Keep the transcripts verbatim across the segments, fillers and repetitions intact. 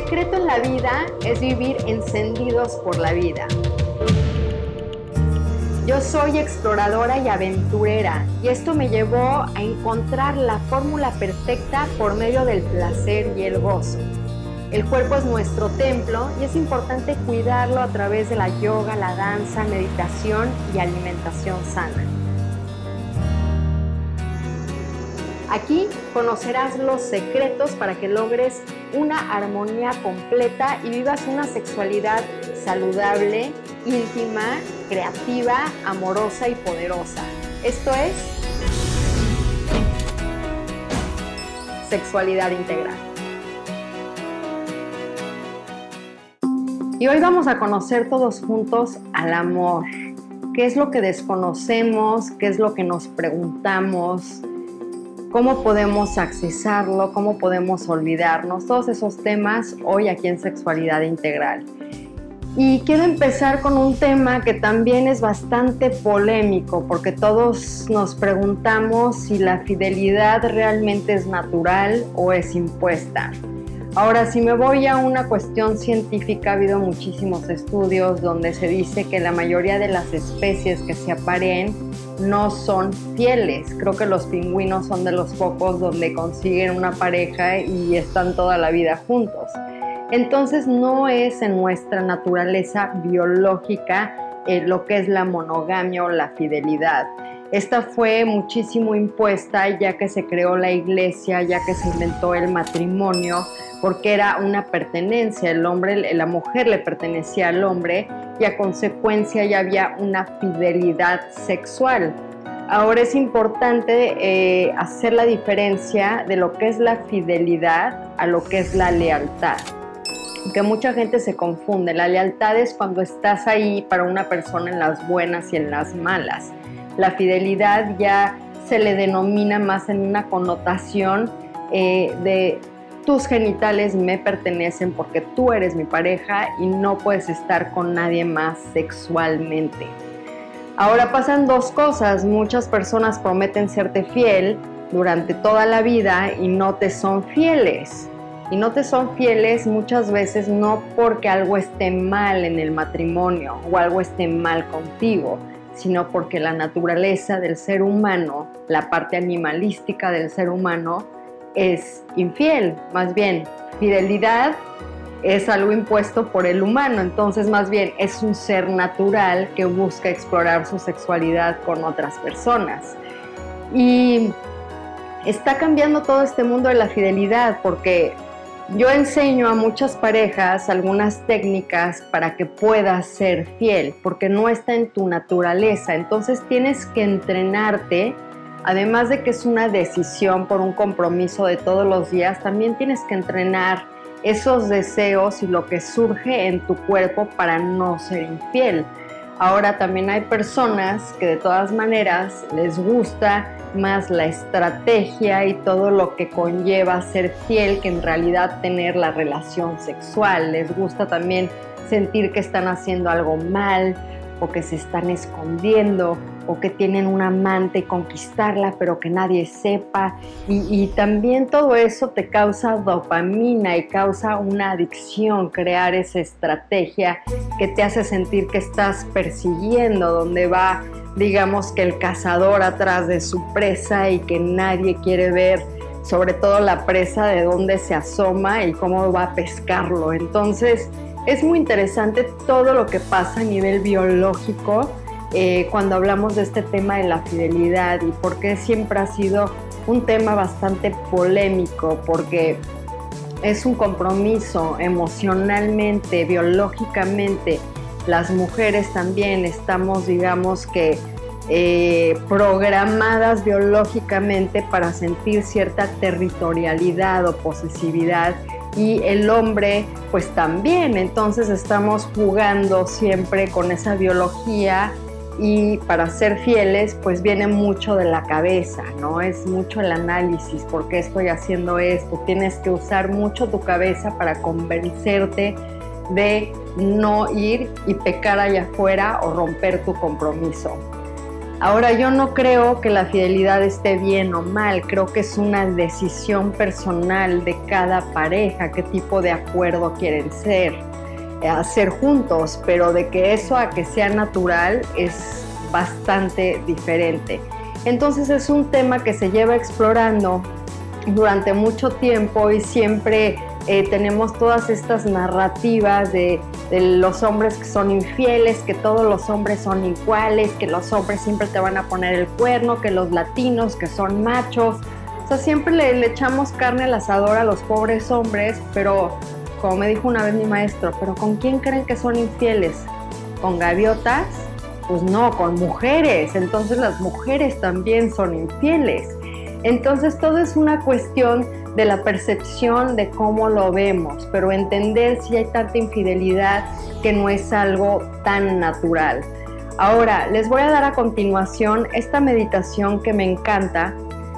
secreto en la vida es vivir encendidos por la vida. Yo soy exploradora y aventurera, y esto me llevó a encontrar la fórmula perfecta por medio del placer y el gozo. El cuerpo es nuestro templo y es importante cuidarlo a través de la yoga, la danza, meditación y alimentación sana. Aquí conocerás los secretos para que logres una armonía completa y vivas una sexualidad saludable, íntima, creativa, amorosa y poderosa. Esto es Sexualidad Integral. Y hoy vamos a conocer todos juntos al amor. ¿Qué es lo que desconocemos? ¿Qué es lo que nos preguntamos? ¿Cómo podemos accesarlo? ¿Cómo podemos olvidarnos? Todos esos temas hoy aquí en Sexualidad Integral. Y quiero empezar con un tema que también es bastante polémico, porque todos nos preguntamos si la fidelidad realmente es natural o es impuesta. Ahora, si me voy a una cuestión científica, ha habido muchísimos estudios donde se dice que la mayoría de las especies que se aparen no son fieles. Creo que los pingüinos son de los pocos donde consiguen una pareja y están toda la vida juntos. Entonces no es en nuestra naturaleza biológica eh, lo que es la monogamia o la fidelidad. Esta fue muchísimo impuesta ya que se creó la iglesia, ya que se inventó el matrimonio, porque era una pertenencia. El hombre, la mujer le pertenecía al hombre y a consecuencia ya había una fidelidad sexual. Ahora es importante eh, hacer la diferencia de lo que es la fidelidad a lo que es la lealtad, que mucha gente se confunde. La lealtad es cuando estás ahí para una persona en las buenas y en las malas. La fidelidad ya se le denomina más en una connotación eh, de tus genitales me pertenecen porque tú eres mi pareja y no puedes estar con nadie más sexualmente. Ahora pasan dos cosas. Muchas personas prometen serte fiel durante toda la vida y no te son fieles. Y no te son fieles muchas veces no porque algo esté mal en el matrimonio o algo esté mal contigo, sino porque la naturaleza del ser humano, la parte animalística del ser humano, es infiel. Más bien, fidelidad es algo impuesto por el humano, entonces más bien es un ser natural que busca explorar su sexualidad con otras personas. Y está cambiando todo este mundo de la fidelidad, porque yo enseño a muchas parejas algunas técnicas para que puedas ser fiel, porque no está en tu naturaleza. Entonces tienes que entrenarte, además de que es una decisión por un compromiso de todos los días, también tienes que entrenar esos deseos y lo que surge en tu cuerpo para no ser infiel. Ahora también hay personas que de todas maneras les gusta más la estrategia y todo lo que conlleva ser fiel que en realidad tener la relación sexual. Les gusta también sentir que están haciendo algo mal o que se están escondiendo o que tienen una amante y conquistarla pero que nadie sepa. Y, y también todo eso te causa dopamina y causa una adicción, crear esa estrategia que te hace sentir que estás persiguiendo, donde va, digamos, que el cazador atrás de su presa y que nadie quiere ver, sobre todo la presa, de dónde se asoma y cómo va a pescarlo. Entonces es muy interesante todo lo que pasa a nivel biológico eh, cuando hablamos de este tema de la fidelidad, y porque siempre ha sido un tema bastante polémico, porque es un compromiso emocionalmente, biológicamente. Las mujeres también estamos, digamos que, eh, programadas biológicamente para sentir cierta territorialidad o posesividad, y el hombre pues también. Entonces estamos jugando siempre con esa biología, y para ser fieles pues viene mucho de la cabeza, ¿no? Es mucho el análisis. ¿Por qué estoy haciendo esto? Tienes que usar mucho tu cabeza para convencerte de no ir y pecar allá afuera o romper tu compromiso. Ahora, yo no creo que la fidelidad esté bien o mal, creo que es una decisión personal de cada pareja, qué tipo de acuerdo quieren ser, hacer juntos, pero de que eso a que sea natural es bastante diferente. Entonces es un tema que se lleva explorando durante mucho tiempo y siempre eh, tenemos todas estas narrativas de, de los hombres que son infieles, que todos los hombres son iguales, que los hombres siempre te van a poner el cuerno, que los latinos que son machos. O sea, siempre le, le echamos carne al asador a los pobres hombres, pero como me dijo una vez mi maestro, ¿pero con quién creen que son infieles? ¿Con gaviotas? Pues no, con mujeres. Entonces las mujeres también son infieles. Entonces todo es una cuestión de la percepción de cómo lo vemos, pero entender si hay tanta infidelidad que no es algo tan natural. Ahora, les voy a dar a continuación esta meditación que me encanta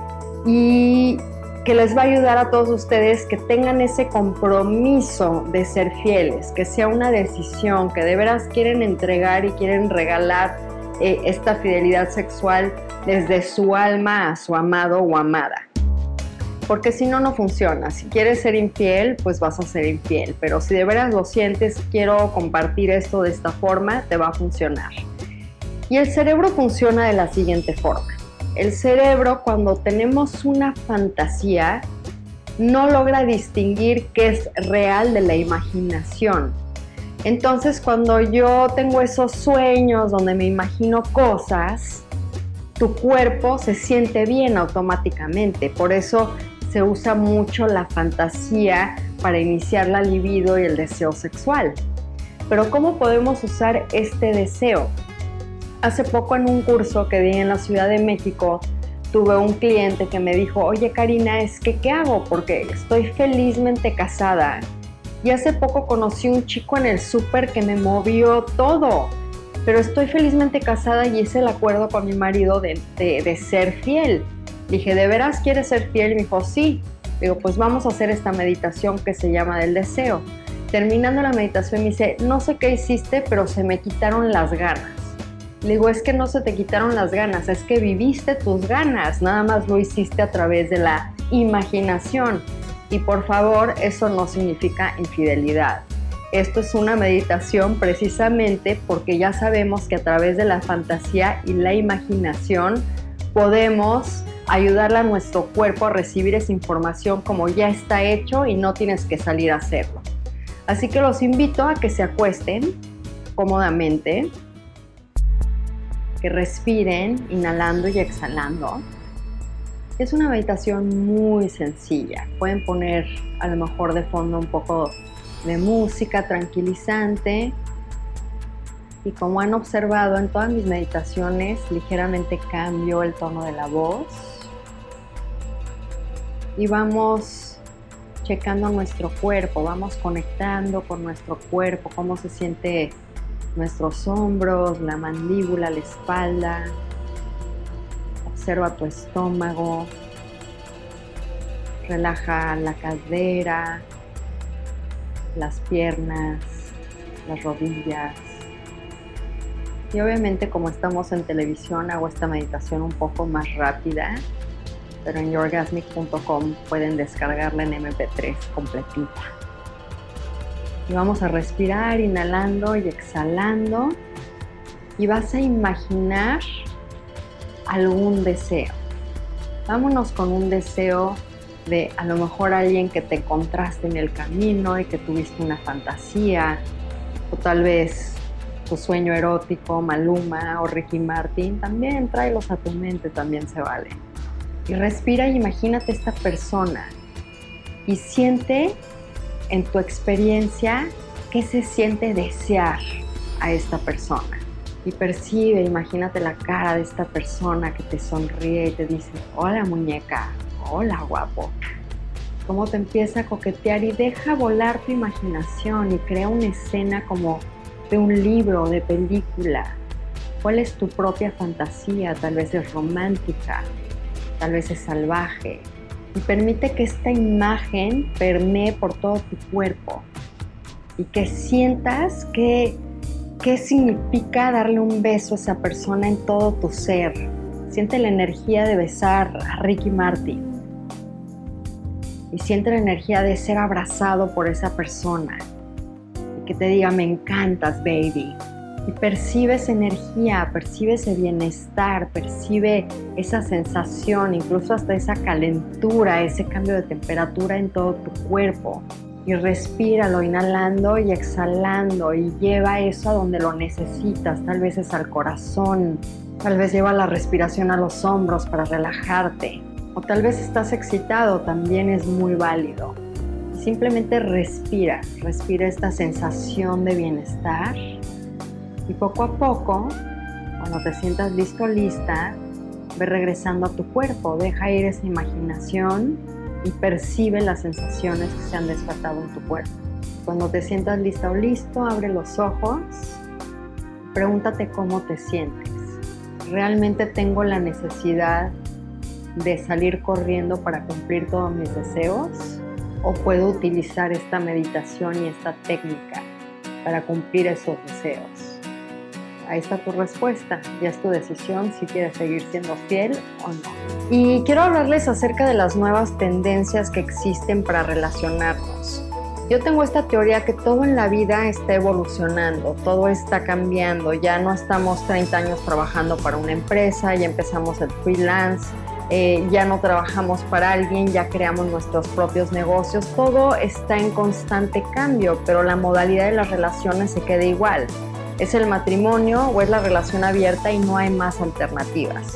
y que les va a ayudar a todos ustedes que tengan ese compromiso de ser fieles, que sea una decisión, que de veras quieren entregar y quieren regalar eh, esta fidelidad sexual desde su alma a su amado o amada. Porque si no, no funciona. Si quieres ser infiel, pues vas a ser infiel. Pero si de veras lo sientes, quiero compartir esto de esta forma, te va a funcionar. Y el cerebro funciona de la siguiente forma. El cerebro, cuando tenemos una fantasía, no logra distinguir qué es real de la imaginación. Entonces, cuando yo tengo esos sueños donde me imagino cosas, tu cuerpo se siente bien automáticamente. Por eso se usa mucho la fantasía para iniciar la libido y el deseo sexual. Pero ¿cómo podemos usar este deseo? Hace poco en un curso que di en la Ciudad de México, tuve un cliente que me dijo, oye Karina, es que ¿qué hago? Porque estoy felizmente casada y hace poco conocí un chico en el súper que me movió todo, pero estoy felizmente casada y hice el acuerdo con mi marido de, de, de ser fiel. Dije, ¿de veras quieres ser fiel? Y me dijo, sí. Digo, pues vamos a hacer esta meditación que se llama del deseo. Terminando la meditación me dice, no sé qué hiciste, pero se me quitaron las ganas. Le digo, es que no se te quitaron las ganas, es que viviste tus ganas, nada más lo hiciste a través de la imaginación. Y por favor, eso no significa infidelidad. Esto es una meditación precisamente porque ya sabemos que a través de la fantasía y la imaginación podemos ayudarle a nuestro cuerpo a recibir esa información como ya está hecho y no tienes que salir a hacerlo. Así que los invito a que se acuesten cómodamente, que respiren, inhalando y exhalando. Es una meditación muy sencilla. Pueden poner a lo mejor de fondo un poco de música tranquilizante. Y como han observado en todas mis meditaciones, ligeramente cambio el tono de la voz. Y vamos checando nuestro cuerpo, vamos conectando con nuestro cuerpo, cómo se siente nuestros hombros, la mandíbula, la espalda. Observa tu estómago, relaja la cadera, las piernas, las rodillas. Y obviamente, como estamos en televisión, hago esta meditación un poco más rápida, pero en yourgasmic punto com pueden descargarla en eme pe tres completita. Y vamos a respirar inhalando y exhalando y vas a imaginar algún deseo. Vámonos con un deseo de a lo mejor alguien que te encontraste en el camino y que tuviste una fantasía, o tal vez tu sueño erótico, Maluma o Ricky Martin. También tráelos a tu mente, también se vale. Y respira y imagínate esta persona y siente en tu experiencia qué se siente desear a esta persona. Y percibe, imagínate la cara de esta persona que te sonríe y te dice, hola muñeca, hola guapo. Cómo te empieza a coquetear y deja volar tu imaginación y crea una escena como de un libro, de película. ¿Cuál es tu propia fantasía? Tal vez es romántica, tal vez es salvaje. Y permite que esta imagen permee por todo tu cuerpo y que sientas que ¿Qué significa darle un beso a esa persona en todo tu ser? Siente la energía de besar a Ricky Martin. Y siente la energía de ser abrazado por esa persona. Y que te diga, me encantas, baby. Y percibe esa energía, percibe ese bienestar, percibe esa sensación, incluso hasta esa calentura, ese cambio de temperatura en todo tu cuerpo. Y respíralo, inhalando y exhalando, y lleva eso a donde lo necesitas. Tal vez es al corazón, tal vez lleva la respiración a los hombros para relajarte, o tal vez estás excitado, también es muy válido. Simplemente respira, respira esta sensación de bienestar, y poco a poco, cuando te sientas listo o lista, ve regresando a tu cuerpo, deja ir esa imaginación y percibe las sensaciones que se han despertado en tu cuerpo. Cuando te sientas lista o listo, abre los ojos, pregúntate cómo te sientes. ¿Realmente tengo la necesidad de salir corriendo para cumplir todos mis deseos? ¿O puedo utilizar esta meditación y esta técnica para cumplir esos deseos? Ahí está tu respuesta, ya es tu decisión si quieres seguir siendo fiel o no. Y quiero hablarles acerca de las nuevas tendencias que existen para relacionarnos. Yo tengo esta teoría que todo en la vida está evolucionando, todo está cambiando, ya no estamos treinta años trabajando para una empresa, ya empezamos el freelance, eh, ya no trabajamos para alguien, ya creamos nuestros propios negocios, todo está en constante cambio, pero la modalidad de las relaciones se queda igual. ¿Es el matrimonio o es la relación abierta y no hay más alternativas?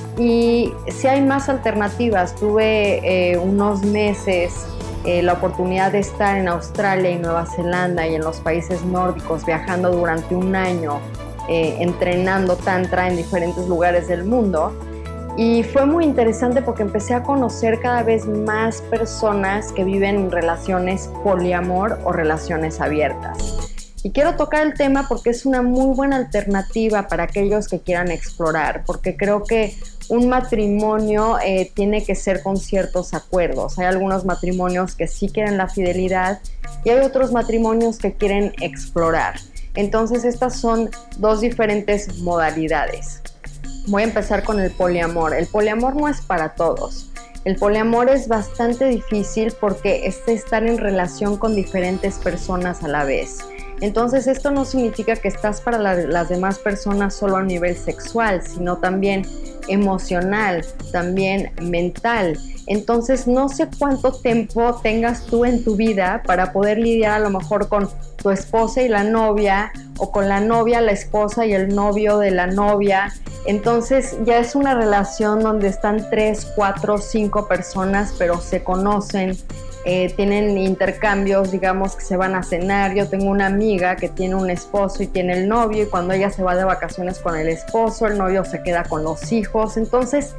Y si hay más alternativas, tuve eh, unos meses eh, la oportunidad de estar en Australia y Nueva Zelanda y en los países nórdicos, viajando durante un año, eh, entrenando tantra en diferentes lugares del mundo. Y fue muy interesante porque empecé a conocer cada vez más personas que viven en relaciones poliamor o relaciones abiertas. Y quiero tocar el tema porque es una muy buena alternativa para aquellos que quieran explorar, porque creo que un matrimonio eh, tiene que ser con ciertos acuerdos. Hay algunos matrimonios que sí quieren la fidelidad y hay otros matrimonios que quieren explorar. Entonces estas son dos diferentes modalidades. Voy a empezar con el poliamor. El poliamor no es para todos. El poliamor es bastante difícil porque es estar en relación con diferentes personas a la vez. Entonces esto no significa que estás para la, las demás personas solo a nivel sexual, sino también emocional, también mental. Entonces no sé cuánto tiempo tengas tú en tu vida para poder lidiar a lo mejor con tu esposa y la novia, o con la novia, la esposa y el novio de la novia. Entonces ya es una relación donde están tres, cuatro, cinco personas, pero se conocen. Eh, tienen intercambios, digamos que se van a cenar. Yo tengo una amiga que tiene un esposo y tiene el novio, y cuando ella se va de vacaciones con el esposo, el novio se queda con los hijos. Entonces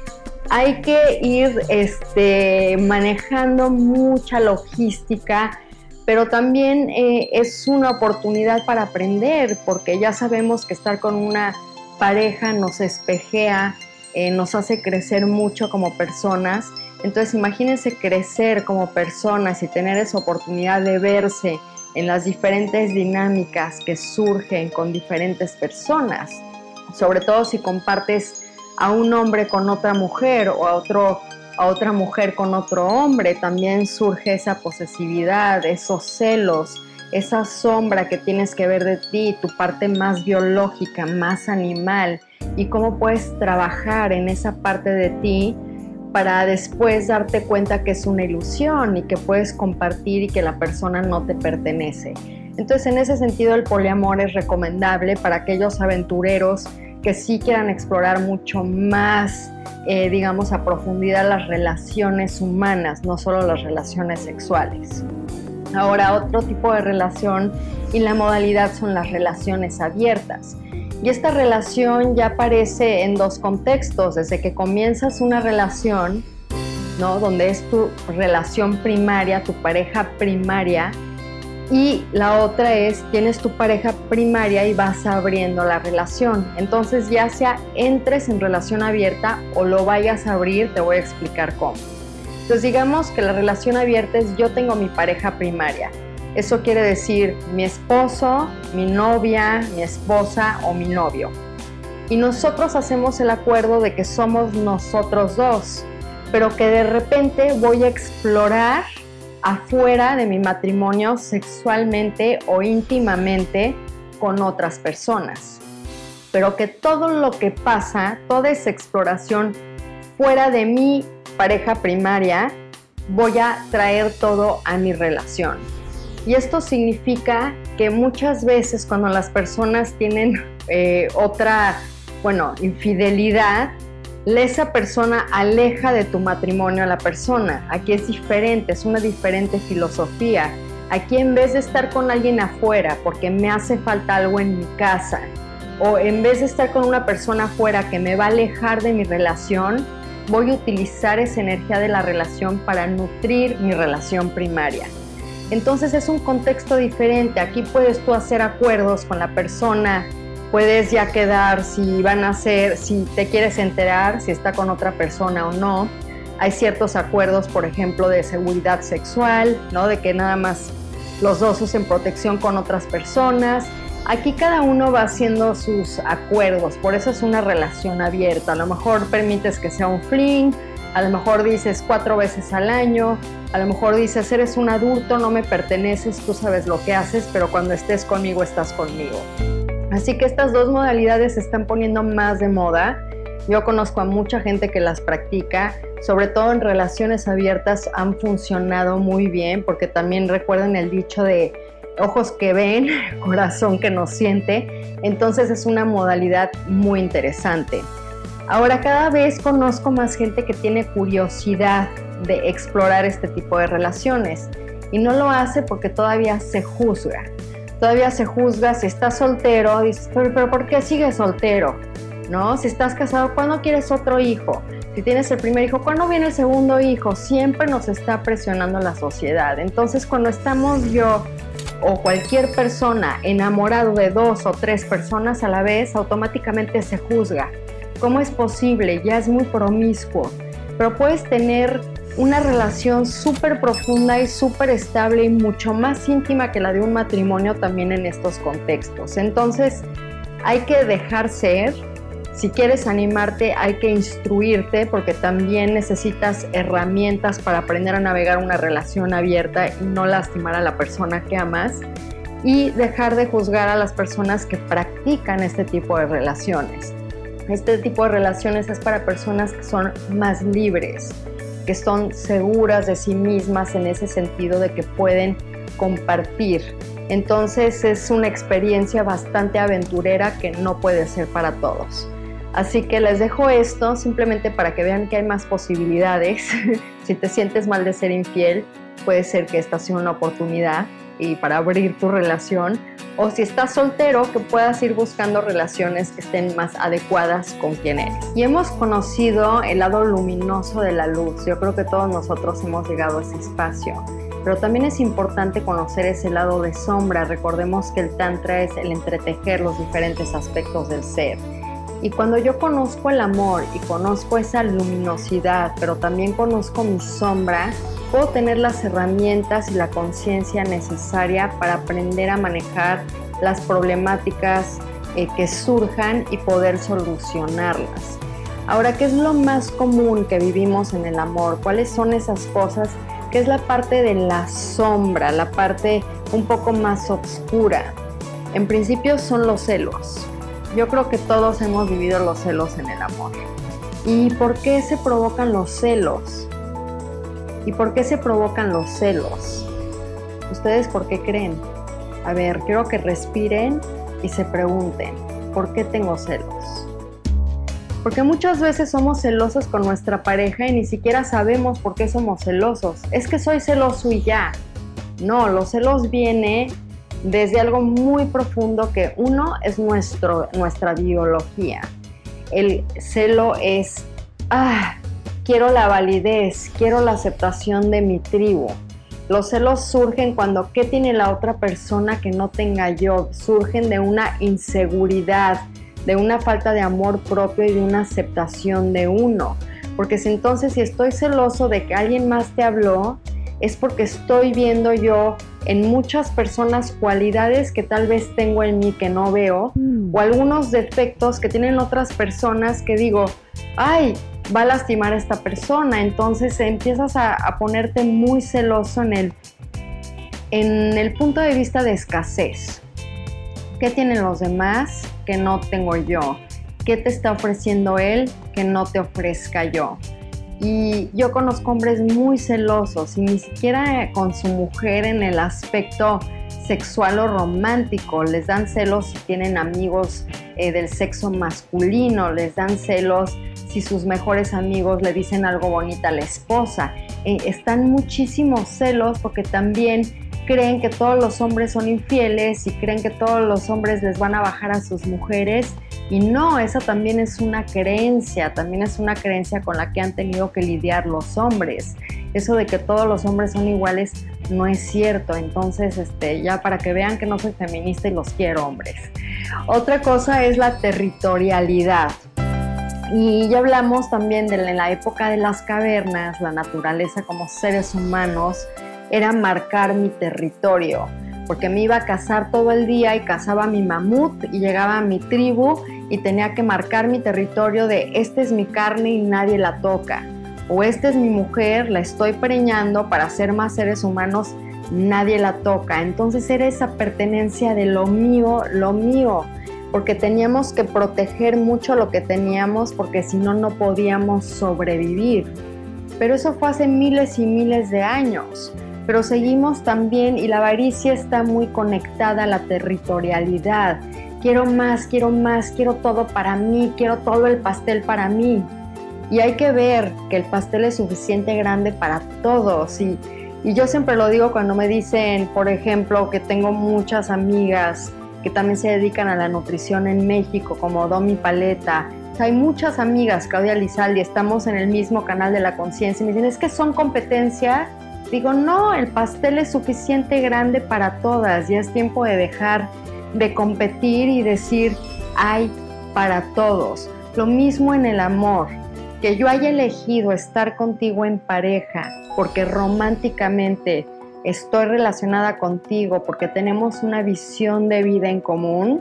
hay que ir este, manejando mucha logística, pero también eh, es una oportunidad para aprender, porque ya sabemos que estar con una pareja nos espejea, eh, nos hace crecer mucho como personas. Entonces imagínense crecer como personas y tener esa oportunidad de verse en las diferentes dinámicas que surgen con diferentes personas, sobre todo si compartes a un hombre con otra mujer o a, otro, a otra mujer con otro hombre. También surge esa posesividad, esos celos, esa sombra que tienes que ver de ti, tu parte más biológica, más animal, y cómo puedes trabajar en esa parte de ti para después darte cuenta que es una ilusión y que puedes compartir y que la persona no te pertenece. Entonces, en ese sentido, el poliamor es recomendable para aquellos aventureros que sí quieran explorar mucho más, eh, digamos, a profundidad las relaciones humanas, no solo las relaciones sexuales. Ahora, otro tipo de relación y la modalidad son las relaciones abiertas. Y esta relación ya aparece en dos contextos, desde que comienzas una relación, ¿no?, donde es tu relación primaria, tu pareja primaria, y la otra es, tienes tu pareja primaria y vas abriendo la relación. Entonces, ya sea entres en relación abierta o lo vayas a abrir, te voy a explicar cómo. Entonces, digamos que la relación abierta es: yo tengo mi pareja primaria, Eso quiere decir mi esposo, mi novia, mi esposa o mi novio. Y nosotros hacemos el acuerdo de que somos nosotros dos, pero que de repente voy a explorar afuera de mi matrimonio sexualmente o íntimamente con otras personas. Pero que todo lo que pasa, toda esa exploración fuera de mi pareja primaria, voy a traer todo a mi relación. Y esto significa que muchas veces cuando las personas tienen eh, otra, bueno, infidelidad, esa persona aleja de tu matrimonio a la persona. Aquí es diferente, es una diferente filosofía. Aquí en vez de estar con alguien afuera porque me hace falta algo en mi casa, o en vez de estar con una persona afuera que me va a alejar de mi relación, voy a utilizar esa energía de la relación para nutrir mi relación primaria. Entonces es un contexto diferente. Aquí puedes tú hacer acuerdos con la persona, puedes ya quedar si van a hacer, si te quieres enterar, si está con otra persona o no. Hay ciertos acuerdos, por ejemplo, de seguridad sexual, ¿no? De que nada más los dos usen protección con otras personas. Aquí cada uno va haciendo sus acuerdos, por eso es una relación abierta. A lo mejor permites que sea un fling, a lo mejor dices cuatro veces al año, a lo mejor dices eres un adulto, no me perteneces, tú sabes lo que haces, pero cuando estés conmigo estás conmigo. Así que estas dos modalidades se están poniendo más de moda. Yo conozco a mucha gente que las practica, sobre todo en relaciones abiertas han funcionado muy bien, porque también recuerden el dicho de ojos que ven, corazón que nos siente. Entonces es una modalidad muy interesante. Ahora cada vez conozco más gente que tiene curiosidad de explorar este tipo de relaciones y no lo hace porque todavía se juzga. Todavía se juzga. Si estás soltero, dices, pero, pero ¿por qué sigues soltero? ¿No? Si estás casado, ¿cuándo quieres otro hijo? Si tienes el primer hijo, ¿cuándo viene el segundo hijo? Siempre nos está presionando la sociedad. Entonces cuando estamos yo o cualquier persona enamorado de dos o tres personas a la vez, automáticamente se juzga. ¿Cómo es posible? Ya es muy promiscuo. Pero puedes tener una relación súper profunda y súper estable y mucho más íntima que la de un matrimonio también en estos contextos. Entonces hay que dejar ser. Si quieres animarte, hay que instruirte porque también necesitas herramientas para aprender a navegar una relación abierta y no lastimar a la persona que amas, y dejar de juzgar a las personas que practican este tipo de relaciones. Este tipo de relaciones es para personas que son más libres, que son seguras de sí mismas en ese sentido de que pueden compartir. Entonces es una experiencia bastante aventurera que no puede ser para todos. Así que les dejo esto simplemente para que vean que hay más posibilidades. Si te sientes mal de ser infiel, puede ser que esta sea una oportunidad y para abrir tu relación. O si estás soltero, que puedas ir buscando relaciones que estén más adecuadas con quien eres. Y hemos conocido el lado luminoso de la luz. Yo creo que todos nosotros hemos llegado a ese espacio. Pero también es importante conocer ese lado de sombra. Recordemos que el Tantra es el entretejer los diferentes aspectos del ser. Y cuando yo conozco el amor y conozco esa luminosidad, pero también conozco mi sombra, puedo tener las herramientas y la conciencia necesaria para aprender a manejar las problemáticas eh, que surjan y poder solucionarlas. Ahora, ¿qué es lo más común que vivimos en el amor? ¿Cuáles son esas cosas? ¿Qué es la parte de la sombra, la parte un poco más oscura? En principio son los celos. Yo creo que todos hemos vivido los celos en el amor. ¿Y por qué se provocan los celos? ¿Y por qué se provocan los celos? ¿Ustedes por qué creen? A ver, quiero que respiren y se pregunten, ¿por qué tengo celos? Porque muchas veces somos celosos con nuestra pareja y ni siquiera sabemos por qué somos celosos. Es que soy celoso y ya. No, los celos vienen desde algo muy profundo que uno es nuestro, nuestra biología. El celo es, ah, quiero la validez, quiero la aceptación de mi tribu. Los celos surgen cuando, ¿qué tiene la otra persona que no tenga yo? Surgen de una inseguridad, de una falta de amor propio y de una aceptación de uno. Porque si entonces si estoy celoso de que alguien más te habló, es porque estoy viendo yo en muchas personas cualidades que tal vez tengo en mí que no veo, o algunos defectos que tienen otras personas que digo, ay, va a lastimar a esta persona. Entonces empiezas a, a ponerte muy celoso en el, en el punto de vista de escasez. ¿Qué tienen los demás que no tengo yo? ¿Qué te está ofreciendo él que no te ofrezca yo? Y yo conozco hombres muy celosos y ni siquiera con su mujer en el aspecto sexual o romántico. Les dan celos si tienen amigos eh, del sexo masculino, les dan celos si sus mejores amigos le dicen algo bonito a la esposa. Eh, están muchísimos celos porque también creen que todos los hombres son infieles y creen que todos los hombres les van a bajar a sus mujeres. Y no, esa también es una creencia, también es una creencia con la que han tenido que lidiar los hombres. Eso de que todos los hombres son iguales no es cierto. Entonces, este, ya para que vean que no soy feminista y los quiero, hombres. Otra cosa es la territorialidad. Y ya hablamos también de la época de las cavernas, la naturaleza como seres humanos era marcar mi territorio, porque me iba a cazar todo el día y cazaba mi mamut y llegaba a mi tribu y tenía que marcar mi territorio de esta es mi carne y nadie la toca, o esta es mi mujer, la estoy preñando para ser más seres humanos, nadie la toca. Entonces era esa pertenencia de lo mío, lo mío, porque teníamos que proteger mucho lo que teníamos porque si no, no podíamos sobrevivir. Pero eso fue hace miles y miles de años. Pero seguimos también, y la avaricia está muy conectada a la territorialidad. Quiero más, quiero más, quiero todo para mí, quiero todo el pastel para mí. Y hay que ver que el pastel es suficiente grande para todos. Y, y yo siempre lo digo cuando me dicen, por ejemplo, que tengo muchas amigas que también se dedican a la nutrición en México, como Domi Paleta. O sea, hay muchas amigas, Claudia Lizaldi, estamos en el mismo canal de la conciencia y me dicen, ¿es que son competencia? Digo, no, el pastel es suficiente grande para todas, ya es tiempo de dejar de competir y decir, hay para todos. Lo mismo en el amor, que yo haya elegido estar contigo en pareja porque románticamente estoy relacionada contigo, porque tenemos una visión de vida en común,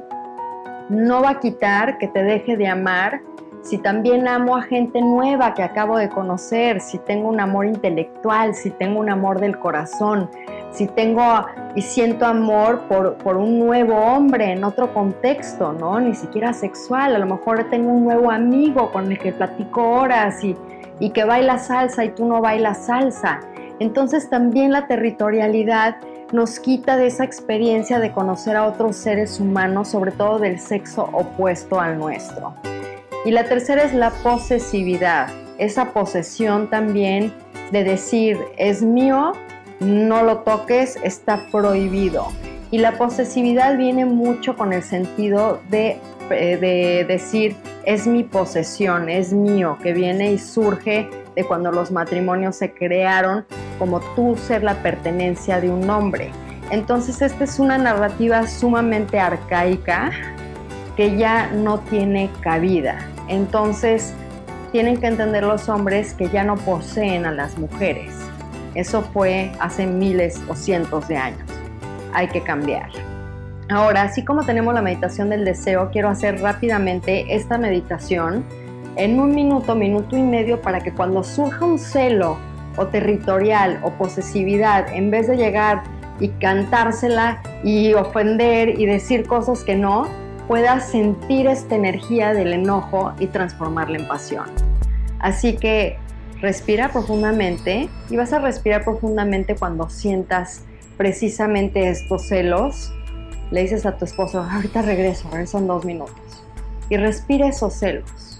no va a quitar que te deje de amar si también amo a gente nueva que acabo de conocer, si tengo un amor intelectual, si tengo un amor del corazón, si tengo y siento amor por, por un nuevo hombre en otro contexto, ¿no? Ni siquiera sexual, a lo mejor tengo un nuevo amigo con el que platico horas y, y que baila salsa y tú no bailas salsa. Entonces también la territorialidad nos quita de esa experiencia de conocer a otros seres humanos, sobre todo del sexo opuesto al nuestro. Y la tercera es la posesividad, esa posesión también de decir, es mío, no lo toques, está prohibido. Y la posesividad viene mucho con el sentido de, de decir, es mi posesión, es mío, que viene y surge de cuando los matrimonios se crearon, como tú ser la pertenencia de un hombre. Entonces esta es una narrativa sumamente arcaica que ya no tiene cabida. Entonces tienen que entender los hombres que ya no poseen a las mujeres. Eso fue hace miles o cientos de años. Hay que cambiar. Ahora, así como tenemos la meditación del deseo, quiero hacer rápidamente esta meditación en un minuto, minuto y medio, para que cuando surja un celo o territorial o posesividad, en vez de llegar y cantársela y ofender y decir cosas que no, puedas sentir esta energía del enojo y transformarla en pasión. Así que respira profundamente y vas a respirar profundamente cuando sientas precisamente estos celos. Le dices a tu esposo, ahorita regreso, regreso en dos minutos. Y respira esos celos.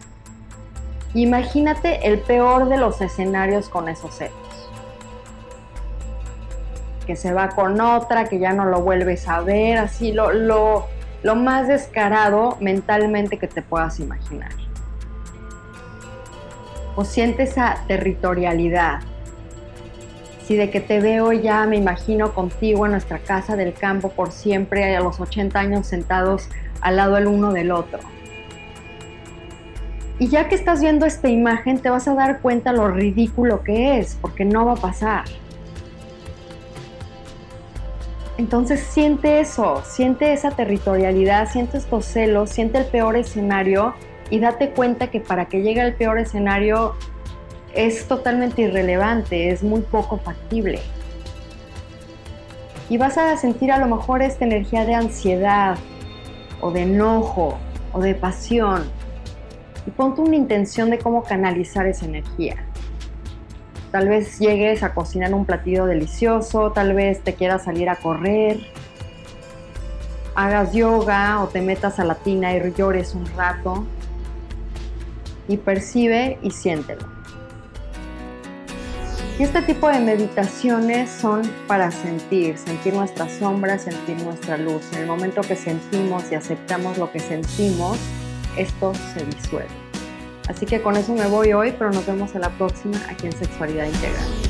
Imagínate el peor de los escenarios con esos celos. Que se va con otra, que ya no lo vuelves a ver, así lo, lo, lo más descarado mentalmente que te puedas imaginar. O siente esa territorialidad. Si de que te veo ya me imagino contigo en nuestra casa del campo por siempre, a los ochenta años sentados al lado el uno del otro. Y ya que estás viendo esta imagen, te vas a dar cuenta lo ridículo que es, porque no va a pasar. Entonces siente eso, siente esa territorialidad, siente estos celos, siente el peor escenario y date cuenta que para que llegue al peor escenario es totalmente irrelevante, es muy poco factible. Y vas a sentir a lo mejor esta energía de ansiedad o de enojo o de pasión. Y ponte una intención de cómo canalizar esa energía. Tal vez llegues a cocinar un platillo delicioso, tal vez te quieras salir a correr, hagas yoga o te metas a la tina y llores un rato. Y percibe y siéntelo. Y este tipo de meditaciones son para sentir, sentir nuestra sombra, sentir nuestra luz. En el momento que sentimos y aceptamos lo que sentimos, esto se disuelve. Así que con eso me voy hoy, pero nos vemos en la próxima aquí en Sexualidad Integral.